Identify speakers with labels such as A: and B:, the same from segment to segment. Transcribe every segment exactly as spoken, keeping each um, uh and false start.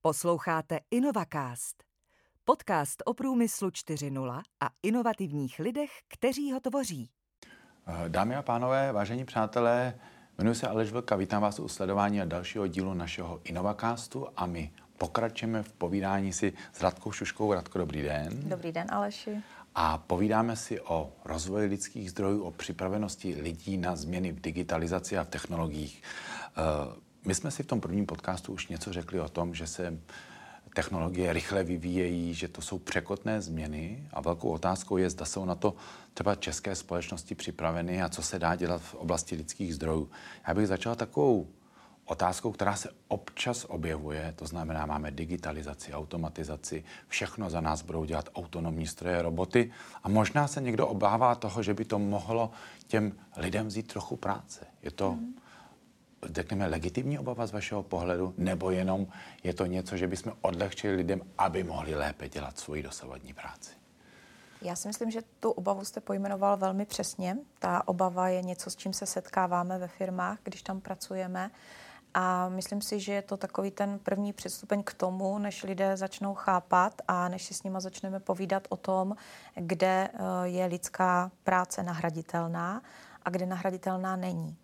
A: Posloucháte InnovaCast, podcast o průmyslu čtyři tečka nula a inovativních lidech, kteří ho tvoří.
B: Dámy a pánové, vážení přátelé, jmenuji se Aleš Vlk a vítám vás u sledování dalšího dílu našeho InnovaCastu a my pokračujeme v povídání si s Radkou Šuškou. Radko, dobrý den.
C: Dobrý den, Aleši.
B: A povídáme si o rozvoji lidských zdrojů, o připravenosti lidí na změny v digitalizaci a v technologiích. My jsme si v tom prvním podcastu už něco řekli o tom, že se technologie rychle vyvíjejí, že to jsou překotné změny a velkou otázkou je, zda jsou na to třeba české společnosti připraveny a co se dá dělat v oblasti lidských zdrojů. Já bych začala takovou otázkou, která se občas objevuje, to znamená, máme digitalizaci, automatizaci, všechno za nás budou dělat autonomní stroje, roboty a možná se někdo obává toho, že by to mohlo těm lidem vzít trochu práce. Je to, mm. řekněme, legitimní obava z vašeho pohledu, nebo jenom je to něco, že bychom odlehčili lidem, aby mohli lépe dělat svoji dosavadní práci?
C: Já si myslím, že tu obavu jste pojmenoval velmi přesně. Ta obava je něco, s čím se setkáváme ve firmách, když tam pracujeme. A myslím si, že je to takový ten první předstupeň k tomu, než lidé začnou chápat a než si s nima začneme povídat o tom, kde je lidská práce nahraditelná a kde nahraditelná není.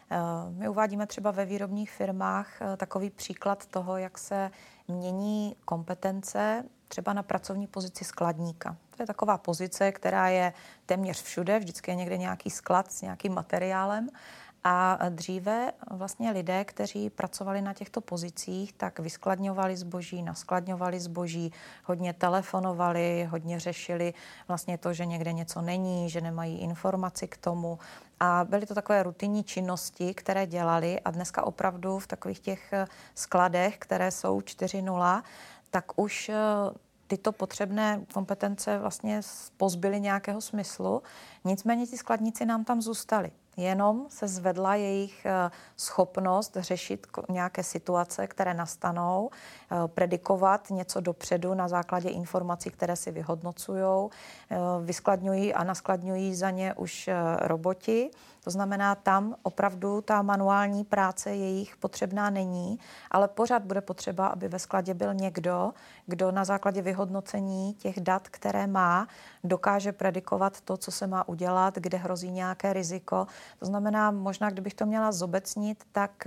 C: My uvádíme třeba ve výrobních firmách takový příklad toho, jak se mění kompetence třeba na pracovní pozici skladníka. To je taková pozice, která je téměř všude, vždycky je někde nějaký sklad s nějakým materiálem. A dříve vlastně lidé, kteří pracovali na těchto pozicích, tak vyskladňovali zboží, naskladňovali zboží, hodně telefonovali, hodně řešili vlastně to, že někde něco není, že nemají informaci k tomu. A byly to takové rutinní činnosti, které dělali a dneska opravdu v takových těch skladech, které jsou čtyři tečka nula, tak už tyto potřebné kompetence vlastně pozbyly nějakého smyslu. Nicméně ti skladníci nám tam zůstali. Jenom se zvedla jejich schopnost řešit nějaké situace, které nastanou, predikovat něco dopředu na základě informací, které si vyhodnocují, vyskladňují a naskladňují za ně už roboti. To znamená, tam opravdu ta manuální práce jejich potřebná není, ale pořád bude potřeba, aby ve skladě byl někdo, kdo na základě vyhodnocení těch dat, které má, dokáže predikovat to, co se má udělat, kde hrozí nějaké riziko. To znamená, možná, kdybych to měla zobecnit, tak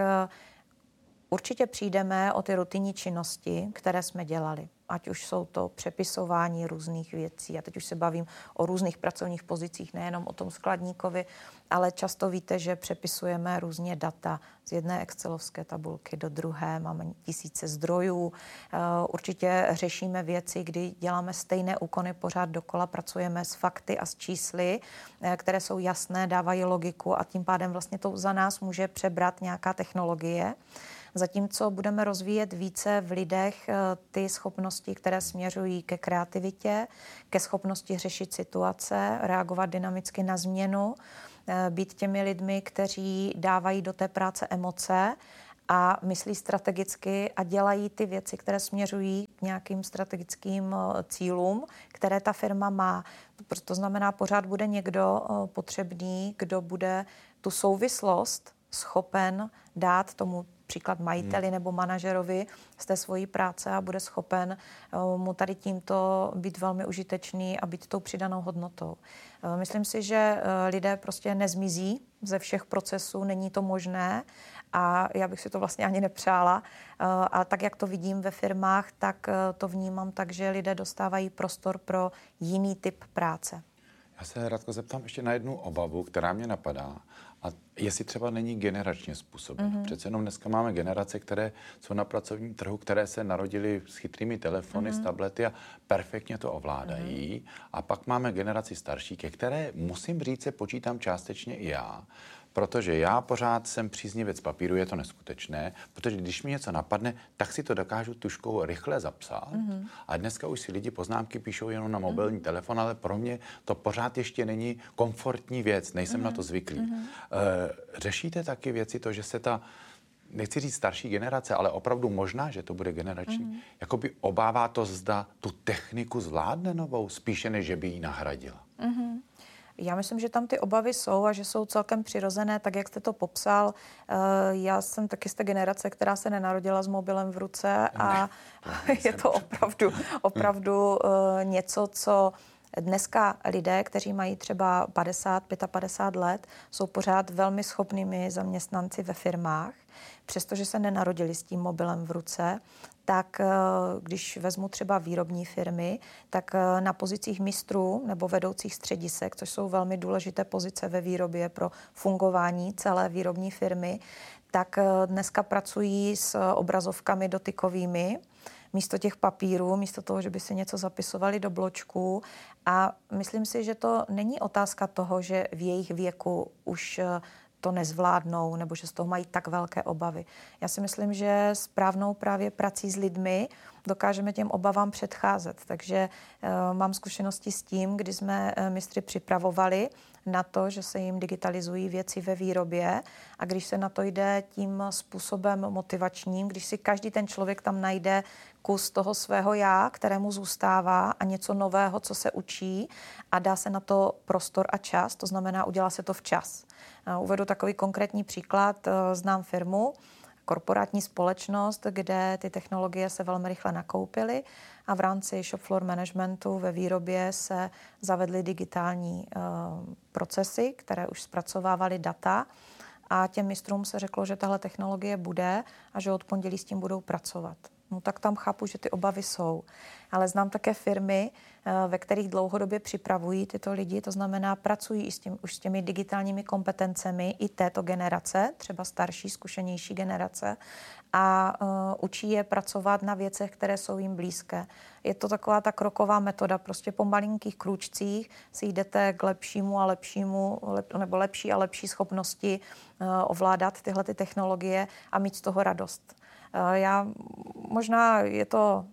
C: určitě přijdeme o ty rutinní činnosti, které jsme dělali. Ať už jsou to přepisování různých věcí. A teď už se bavím o různých pracovních pozicích, nejenom o tom skladníkovi, ale často víte, že přepisujeme různě data z jedné excelovské tabulky do druhé, máme tisíce zdrojů. Určitě řešíme věci, kdy děláme stejné úkony pořád dokola, pracujeme s fakty a s čísly, které jsou jasné, dávají logiku a tím pádem vlastně to za nás může přebrat nějaká technologie. Zatímco budeme rozvíjet více v lidech ty schopnosti, které směřují ke kreativitě, ke schopnosti řešit situace, reagovat dynamicky na změnu, být těmi lidmi, kteří dávají do té práce emoce a myslí strategicky a dělají ty věci, které směřují k nějakým strategickým cílům, které ta firma má. To znamená, pořád bude někdo potřebný, kdo bude tu souvislost schopen dát tomu příklad majiteli nebo manažerovi z té svojí práce a bude schopen mu tady tímto být velmi užitečný a být tou přidanou hodnotou. Myslím si, že lidé prostě nezmizí ze všech procesů, není to možné a já bych si to vlastně ani nepřála. A tak, jak to vidím ve firmách, tak to vnímám tak, že lidé dostávají prostor pro jiný typ práce.
B: Já se, Radko, zeptám ještě na jednu obavu, která mě napadá. A jestli třeba není generačně způsobena. Mm-hmm. Přece jenom dneska máme generace, které jsou na pracovním trhu, které se narodily s chytrými telefony, mm-hmm. s tablety a perfektně to ovládají. Mm-hmm. A pak máme generaci starší, ke které, musím říct, se počítám částečně i já, protože já pořád jsem příznivec papíru, je to neskutečné, protože když mi něco napadne, tak si to dokážu tužkou rychle zapsat. Mm-hmm. A dneska už si lidi poznámky píšou jenom na mobilní mm-hmm. telefon, ale pro mě to pořád ještě není komfortní věc, nejsem mm-hmm. na to zvyklý. Mm-hmm. E, řešíte taky věci to, že se ta, nechci říct starší generace, ale opravdu možná, že to bude generační, mm-hmm. jakoby obává to, zda tu techniku zvládne novou, spíše než že by ji nahradila.
C: Mm-hmm. Já myslím, že tam ty obavy jsou a že jsou celkem přirozené, tak jak jste to popsal. Já jsem taky z té generace, která se nenarodila s mobilem v ruce a ne, je to opravdu, opravdu něco, co dneska lidé, kteří mají třeba padesát, padesát pět let, jsou pořád velmi schopnými zaměstnanci ve firmách, přestože se nenarodili s tím mobilem v ruce, tak když vezmu třeba výrobní firmy, tak na pozicích mistrů nebo vedoucích středisek, což jsou velmi důležité pozice ve výrobě pro fungování celé výrobní firmy, tak dneska pracují s obrazovkami dotykovými, místo těch papírů, místo toho, že by si něco zapisovali do bločků. A myslím si, že to není otázka toho, že v jejich věku už to nezvládnou nebo že z toho mají tak velké obavy. Já si myslím, že správnou právě prací s lidmi dokážeme těm obavám předcházet. Takže uh, mám zkušenosti s tím, kdy jsme uh, mistry připravovali na to, že se jim digitalizují věci ve výrobě a když se na to jde tím způsobem motivačním, když si každý ten člověk tam najde kus toho svého já, kterému zůstává a něco nového, co se učí a dá se na to prostor a čas, to znamená, udělá se to včas. Uh, uvedu takový konkrétní příklad. Uh, znám firmu, korporátní společnost, kde ty technologie se velmi rychle nakoupily a v rámci shop floor managementu ve výrobě se zavedly digitální uh, procesy, které už zpracovávaly data a těm mistrům se řeklo, že tahle technologie bude a že od pondělí s tím budou pracovat. No tak tam chápu, že ty obavy jsou. Ale znám také firmy, ve kterých dlouhodobě připravují tyto lidi, to znamená pracují i s tím, už s těmi digitálními kompetencemi i této generace, třeba starší, zkušenější generace a uh, učí je pracovat na věcech, které jsou jim blízké. Je to taková ta kroková metoda, prostě po malinkých krůčcích si jdete k lepšímu a lepšímu, lep, nebo lepší a lepší schopnosti uh, ovládat tyhle ty technologie a mít z toho radost. Uh, já, možná je to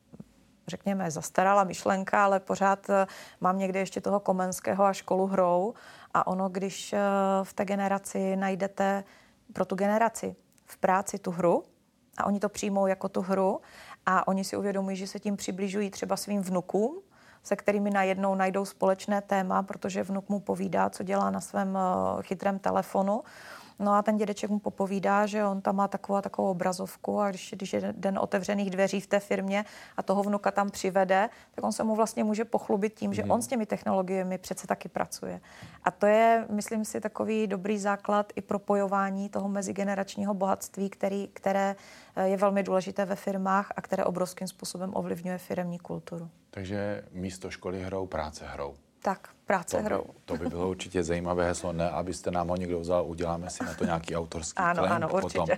C: řekněme, zastarala myšlenka, ale pořád mám někde ještě toho Komenského a školu hrou a ono, když v té generaci najdete pro tu generaci v práci tu hru a oni to přijmou jako tu hru a oni si uvědomují, že se tím přibližují třeba svým vnukům, se kterými najednou najdou společné téma, protože vnuk mu povídá, co dělá na svém chytrém telefonu. No a ten dědeček mu popovídá, že on tam má takovou a takovou obrazovku a když, když je den otevřených dveří v té firmě a toho vnuka tam přivede, tak on se mu vlastně může pochlubit tím, že on s těmi technologiemi přece taky pracuje. A to je, myslím si, takový dobrý základ i propojování toho mezigeneračního bohatství, který, které je velmi důležité ve firmách a které obrovským způsobem ovlivňuje firemní kulturu.
B: Takže místo školy hrou, práce hrou.
C: Tak, práce
B: to by,
C: hrou.
B: To by bylo určitě zajímavé heslo, ne, abyste nám ho někdo vzal, uděláme si na to nějaký autorský claim.
C: Ano, ano, určitě.
B: Potom.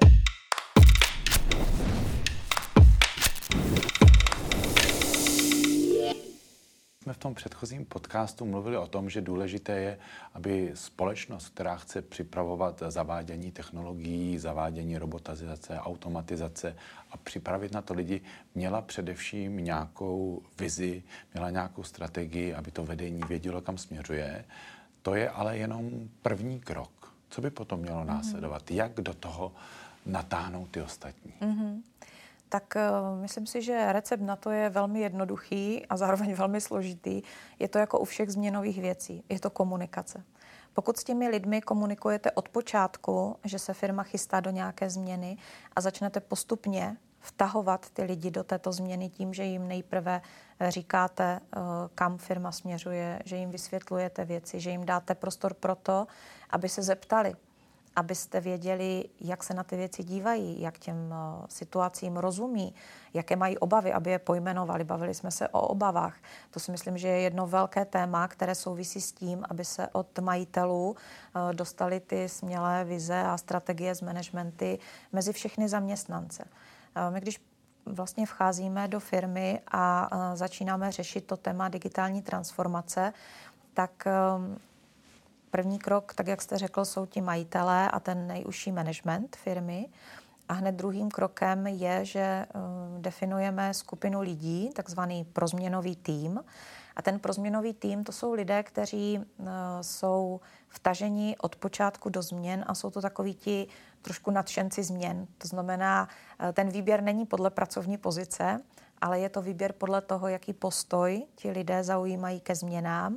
B: Jsme v tom předchozím podcastu mluvili o tom, že důležité je, aby společnost, která chce připravovat zavádění technologií, zavádění robotizace, automatizace a připravit na to lidi, měla především nějakou vizi, měla nějakou strategii, aby to vedení vědělo, kam směřuje. To je ale jenom první krok. Co by potom mělo následovat? Mm-hmm. Jak do toho natáhnout ty ostatní?
C: Mm-hmm. Tak uh, myslím si, že recept na to je velmi jednoduchý a zároveň velmi složitý. Je to jako u všech změnových věcí. Je to komunikace. Pokud s těmi lidmi komunikujete od počátku, že se firma chystá do nějaké změny a začnete postupně vtahovat ty lidi do této změny tím, že jim nejprve říkáte, uh, kam firma směřuje, že jim vysvětlujete věci, že jim dáte prostor pro to, aby se zeptali, abyste věděli, jak se na ty věci dívají, jak těm uh, situacím rozumí, jaké mají obavy, aby je pojmenovali. Bavili jsme se o obavách. To si myslím, že je jedno velké téma, které souvisí s tím, aby se od majitelů uh, dostaly ty smělé vize a strategie z managementy mezi všechny zaměstnance. Uh, my když vlastně vcházíme do firmy a uh, začínáme řešit to téma digitální transformace, tak um, první krok, tak jak jste řekl, jsou ti majitelé a ten nejužší management firmy. A hned druhým krokem je, že uh, definujeme skupinu lidí, takzvaný prozměnový tým. A ten prozměnový tým, to jsou lidé, kteří uh, jsou vtaženi od počátku do změn a jsou to takoví ti trošku nadšenci změn. To znamená, uh, ten výběr není podle pracovní pozice, ale je to výběr podle toho, jaký postoj ti lidé zaujímají ke změnám,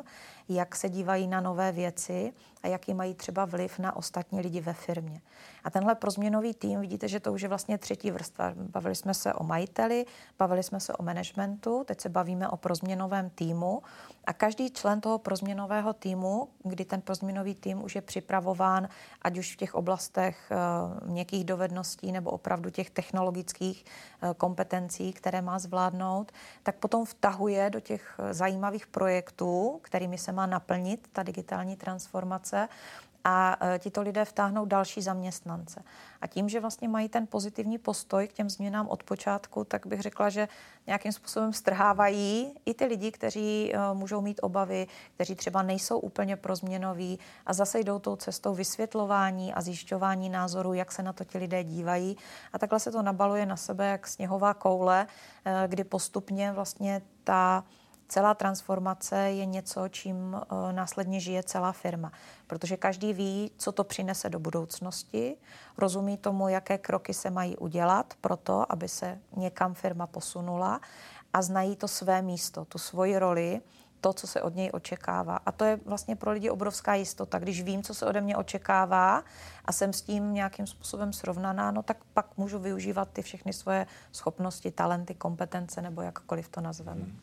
C: jak se dívají na nové věci a jaký mají třeba vliv na ostatní lidi ve firmě. A tenhle prozměnový tým, vidíte, že to už je vlastně třetí vrstva. Bavili jsme se o majiteli, bavili jsme se o managementu, teď se bavíme o prozměnovém týmu a každý člen toho prozměnového týmu, kdy ten prozměnový tým už je připravován, ať už v těch oblastech uh, měkkých dovedností nebo opravdu těch technologických uh, kompetencí, které má zvládnout, tak potom vtahuje do těch zajímavých projektů, kterými se má naplnit ta digitální transformace, a tito lidé vtáhnou další zaměstnance. A tím, že vlastně mají ten pozitivní postoj k těm změnám od počátku, tak bych řekla, že nějakým způsobem strhávají i ty lidi, kteří můžou mít obavy, kteří třeba nejsou úplně prozměnoví a zase jdou tou cestou vysvětlování a zjišťování názorů, jak se na to ti lidé dívají. A takhle se to nabaluje na sebe jak sněhová koule, kdy postupně vlastně ta celá transformace je něco, čím uh, následně žije celá firma. Protože každý ví, co to přinese do budoucnosti, rozumí tomu, jaké kroky se mají udělat pro to, aby se někam firma posunula a znají to své místo, tu svoji roli, to, co se od něj očekává. A to je vlastně pro lidi obrovská jistota. Když vím, co se ode mě očekává a jsem s tím nějakým způsobem srovnaná, no tak pak můžu využívat ty všechny svoje schopnosti, talenty, kompetence nebo jakkoliv to nazveme. Hmm.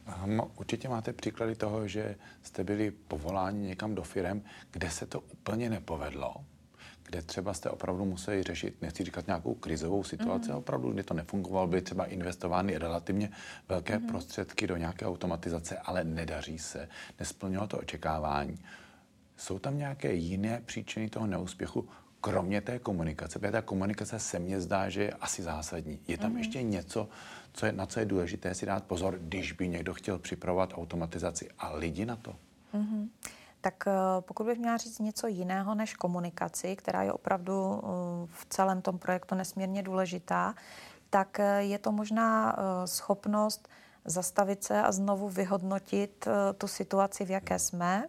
B: Určitě máte příklady toho, že jste byli povoláni někam do firem, kde se to úplně nepovedlo, kde třeba jste opravdu museli řešit, nechci říkat nějakou krizovou situaci, mm. opravdu, kdy to nefungovalo, byly třeba investovány relativně velké mm. prostředky do nějaké automatizace, ale nedaří se, nesplnilo to očekávání. Jsou tam nějaké jiné příčiny toho neúspěchu, kromě té komunikace? Protože ta komunikace se mně zdá, že je asi zásadní. Je tam mm. ještě něco, co je, na co je důležité si dát pozor, když by někdo chtěl připravovat automatizaci a lidi na to?
C: Mm-hmm. Tak pokud bych měla říct něco jiného než komunikaci, která je opravdu v celém tom projektu nesmírně důležitá, tak je to možná schopnost zastavit se a znovu vyhodnotit tu situaci, v jaké jsme,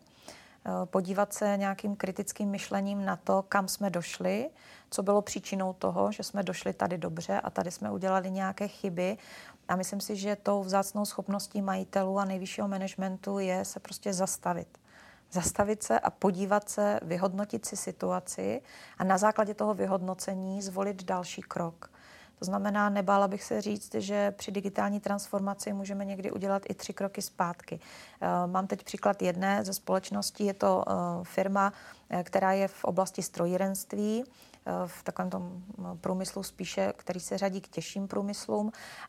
C: podívat se nějakým kritickým myšlením na to, kam jsme došli, co bylo příčinou toho, že jsme došli tady dobře a tady jsme udělali nějaké chyby. A myslím si, že tou vzácnou schopností majitelů a nejvyššího managementu je se prostě zastavit. Zastavit se a podívat se, vyhodnotit si situaci a na základě toho vyhodnocení zvolit další krok. To znamená, nebála bych se říct, že při digitální transformaci můžeme někdy udělat i tři kroky zpátky. Mám teď příklad jedné ze společností, je to firma, která je v oblasti strojírenství, v takovém tom průmyslu spíše, který se řadí k těžším průmyslům.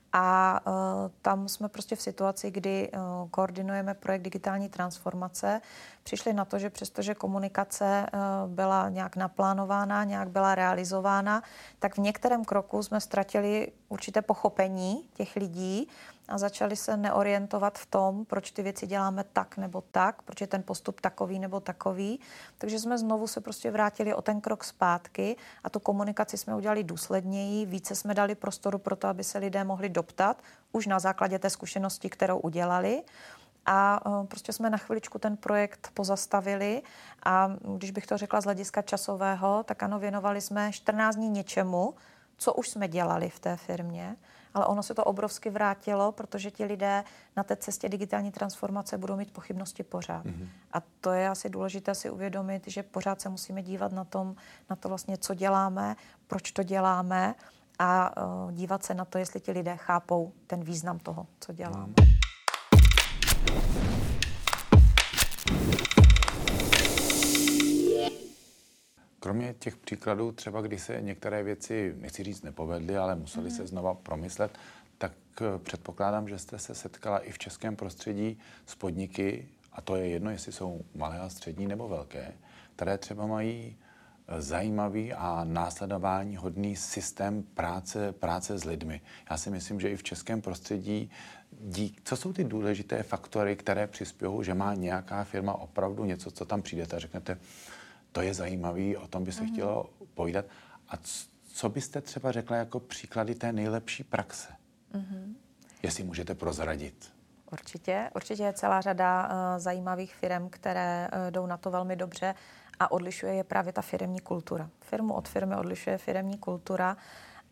C: A uh, tam jsme prostě v situaci, kdy uh, koordinujeme projekt digitální transformace. Přišli na to, že přestože komunikace uh, byla nějak naplánována, nějak byla realizována, tak v některém kroku jsme ztratili určité pochopení těch lidí a začali se neorientovat v tom, proč ty věci děláme tak nebo tak, proč je ten postup takový nebo takový. Takže jsme znovu se prostě vrátili o ten krok zpátky a tu komunikaci jsme udělali důsledněji, více jsme dali prostoru pro to, aby se lidé mohli doptat už na základě té zkušenosti, kterou udělali. A uh, prostě jsme na chviličku ten projekt pozastavili a když bych to řekla z hlediska časového, tak ano, věnovali jsme čtrnáct dní něčemu, co už jsme dělali v té firmě, ale ono se to obrovsky vrátilo, protože ti lidé na té cestě digitální transformace budou mít pochybnosti pořád. Mm-hmm. A to je asi důležité si uvědomit, že pořád se musíme dívat na, tom, na to vlastně, co děláme, proč to děláme a uh, dívat se na to, jestli ti lidé chápou ten význam toho, co děláme. Mm.
B: Kromě těch příkladů, třeba kdy se některé věci, nechci říct, nepovedly, ale museli mm. se znova promyslet, tak předpokládám, že jste se setkala i v českém prostředí s podniky, a to je jedno, jestli jsou malé a střední nebo velké, které třeba mají zajímavý a následování hodný systém práce, práce s lidmi. Já si myslím, že i v českém prostředí, dík, co jsou ty důležité faktory, které přispějí, že má nějaká firma opravdu něco, co tam přijdete a řeknete, to je zajímavý, o tom by se mm-hmm. chtělo povídat. A co byste třeba řekla jako příklady té nejlepší praxe? Mm-hmm. Jestli můžete prozradit.
C: Určitě. Určitě je celá řada uh, zajímavých firm, které uh, jdou na to velmi dobře a odlišuje je právě ta firemní kultura. Firmu od firmy odlišuje firemní kultura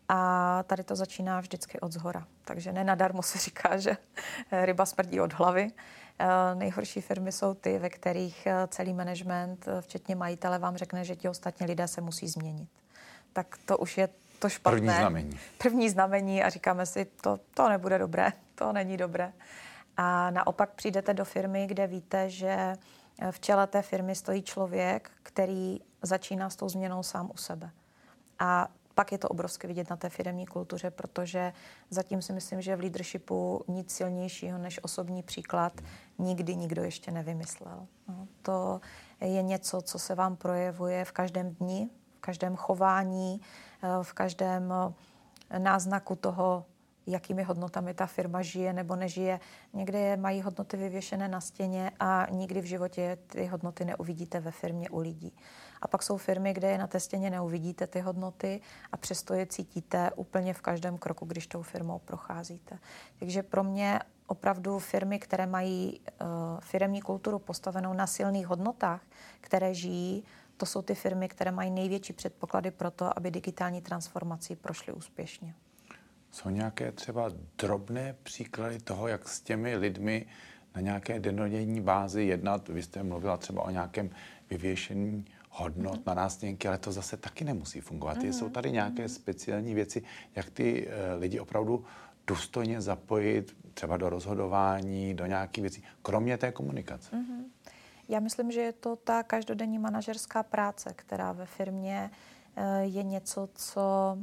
C: A tady to začíná vždycky od zhora. Takže nenadarmo se říká, že ryba smrdí od hlavy. Nejhorší firmy jsou ty, ve kterých celý management, včetně majitele, vám řekne, že ti ostatní lidé se musí změnit. Tak to už je to špatné.
B: První znamení.
C: První znamení a říkáme si, to, to nebude dobré, to není dobré. A naopak přijdete do firmy, kde víte, že v čele té firmy stojí člověk, který začíná s tou změnou sám u sebe. A pak je to obrovsky vidět na té firemní kultuře, protože zatím si myslím, že v leadershipu nic silnějšího než osobní příklad nikdy nikdo ještě nevymyslel. No, to je něco, co se vám projevuje v každém dni, v každém chování, v každém náznaku toho, jakými hodnotami ta firma žije nebo nežije. Někde je, mají hodnoty vyvěšené na stěně a nikdy v životě ty hodnoty neuvidíte ve firmě u lidí. A pak jsou firmy, kde je na té stěně neuvidíte ty hodnoty a přesto je cítíte úplně v každém kroku, když tou firmou procházíte. Takže pro mě opravdu firmy, které mají uh, firemní kulturu postavenou na silných hodnotách, které žijí, to jsou ty firmy, které mají největší předpoklady pro to, aby digitální transformací prošly úspěšně.
B: Jsou nějaké třeba drobné příklady toho, jak s těmi lidmi na nějaké dennodenní bázi jednat? Vy jste mluvila třeba o nějakém vyvěšení hodnot mm-hmm. na nástěnky, ale to zase taky nemusí fungovat. Mm-hmm. Jsou tady nějaké speciální věci, jak ty uh, lidi opravdu důstojně zapojit třeba do rozhodování, do nějakých věcí, kromě té komunikace?
C: Mm-hmm. Já myslím, že je to ta každodenní manažerská práce, která ve firmě uh, je něco, co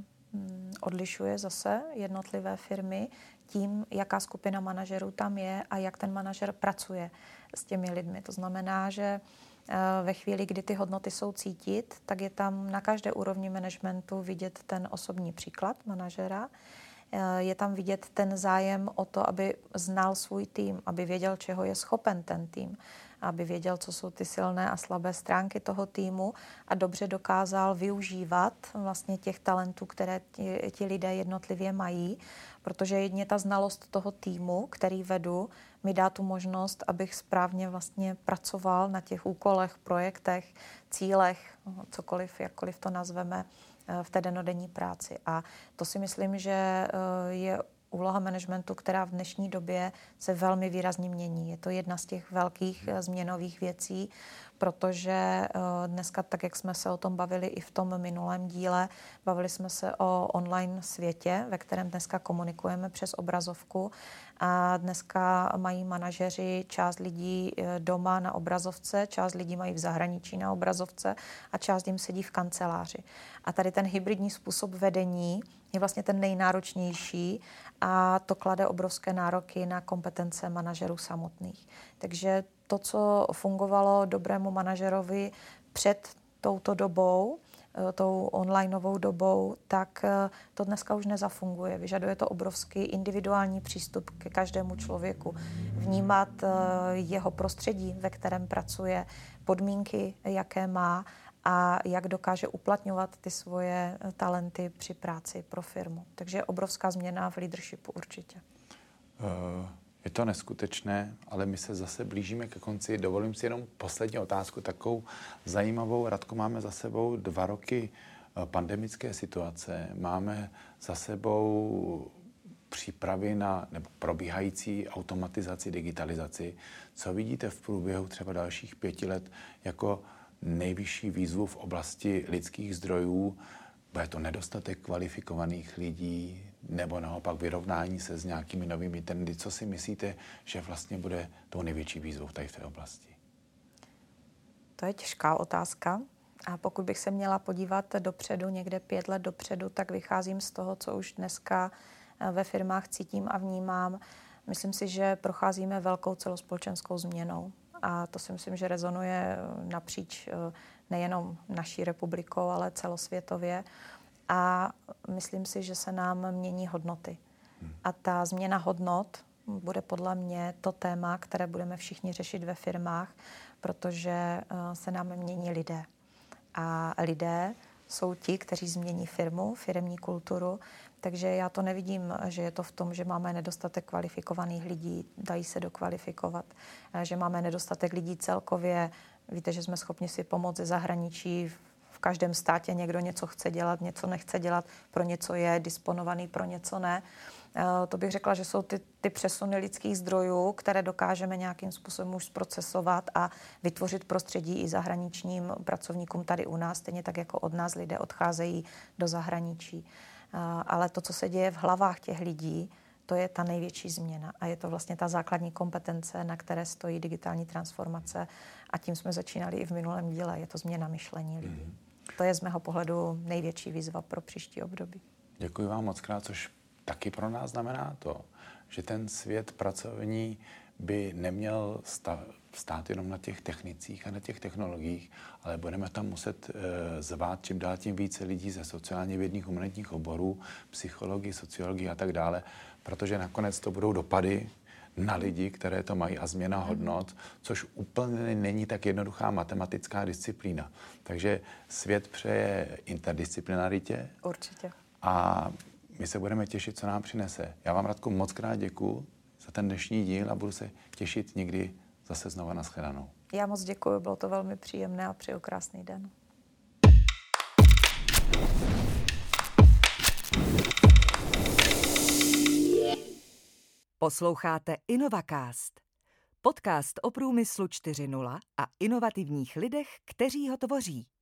C: odlišuje zase jednotlivé firmy tím, jaká skupina manažerů tam je a jak ten manažer pracuje s těmi lidmi. To znamená, že ve chvíli, kdy ty hodnoty jsou cítit, tak je tam na každé úrovni managementu vidět ten osobní příklad manažera. Je tam vidět ten zájem o to, aby znal svůj tým, aby věděl, čeho je schopen ten tým, aby věděl, co jsou ty silné a slabé stránky toho týmu a dobře dokázal využívat vlastně těch talentů, které ti, ti lidé jednotlivě mají, protože jedně ta znalost toho týmu, který vedu, mi dá tu možnost, abych správně vlastně pracoval na těch úkolech, projektech, cílech, cokoliv, jakkoliv to nazveme, v té dennodenní práci. A to si myslím, že je úloha managementu, která v dnešní době se velmi výrazně mění. Je to jedna z těch velkých změnových věcí, protože dneska, tak jak jsme se o tom bavili i v tom minulém díle, bavili jsme se o online světě, ve kterém dneska komunikujeme přes obrazovku a dneska mají manažeři část lidí doma na obrazovce, část lidí mají v zahraničí na obrazovce a část jim sedí v kanceláři. A tady ten hybridní způsob vedení je vlastně ten nejnáročnější a to klade obrovské nároky na kompetence manažerů samotných. Takže to, co fungovalo dobrému manažerovi před touto dobou, tou onlineovou dobou, tak to dneska už nezafunguje. Vyžaduje to obrovský individuální přístup ke každému člověku. Vnímat jeho prostředí, ve kterém pracuje, podmínky, jaké má a jak dokáže uplatňovat ty svoje talenty při práci pro firmu. Takže obrovská změna v leadershipu určitě.
B: Uh... Je to neskutečné, ale my se zase blížíme ke konci. Dovolím si jenom poslední otázku, takovou zajímavou. Radko, máme za sebou dva roky pandemické situace. Máme za sebou přípravy na nebo probíhající automatizaci, digitalizaci. Co vidíte v průběhu třeba dalších pěti let jako nejvyšší výzvu v oblasti lidských zdrojů? Bude to nedostatek kvalifikovaných lidí nebo naopak vyrovnání se s nějakými novými trendy? Co si myslíte, že vlastně bude tou největší výzvou tady v té oblasti?
C: To je těžká otázka. A pokud bych se měla podívat dopředu, někde pět let dopředu, tak vycházím z toho, co už dneska ve firmách cítím a vnímám. Myslím si, že procházíme velkou celospolečenskou změnou. A to si myslím, že rezonuje napříč nejenom naší republikou, ale celosvětově. A myslím si, že se nám mění hodnoty. A ta změna hodnot bude podle mě to téma, které budeme všichni řešit ve firmách, protože se nám mění lidé. A lidé jsou ti, kteří změní firmu, firemní kulturu. Takže já to nevidím, že je to v tom, že máme nedostatek kvalifikovaných lidí, dají se dokvalifikovat, že máme nedostatek lidí celkově. Víte, že jsme schopni si pomoct ze zahraničí v každém státě někdo něco chce dělat, něco nechce dělat, pro něco je disponovaný, pro něco ne. To bych řekla, že jsou ty, ty přesuny lidských zdrojů, které dokážeme nějakým způsobem už zprocesovat a vytvořit prostředí i zahraničním pracovníkům tady u nás, stejně tak jako od nás lidé odcházejí do zahraničí. Ale to, co se děje v hlavách těch lidí, to je ta největší změna a je to vlastně ta základní kompetence, na které stojí digitální transformace a tím jsme začínali i v minulém díle. Je to změna myšlení lidí. Mm. To je z mého pohledu největší výzva pro příští období.
B: Děkuji vám moc krát, což taky pro nás znamená to, že ten svět pracovní by neměl stát jenom na těch technicích a na těch technologiích, ale budeme tam muset e, zvát čím dál tím více lidí ze sociálně vědních humanitních oborů, psychologii, sociologii a tak dále, protože nakonec to budou dopady na lidi, které to mají a změna hodnot, což úplně není tak jednoduchá matematická disciplína. Takže svět přeje interdisciplinaritě.
C: Určitě.
B: A my se budeme těšit, co nám přinese. Já vám, Radko, moc krát děkuju za ten dnešní díl a budu se těšit někdy zase znova na shledanou.
C: Já moc děkuji, bylo to velmi příjemné a přeju krásný den.
A: Posloucháte InnovaCast, podcast o průmyslu čtyři tečka nula a inovativních lidech, kteří ho tvoří.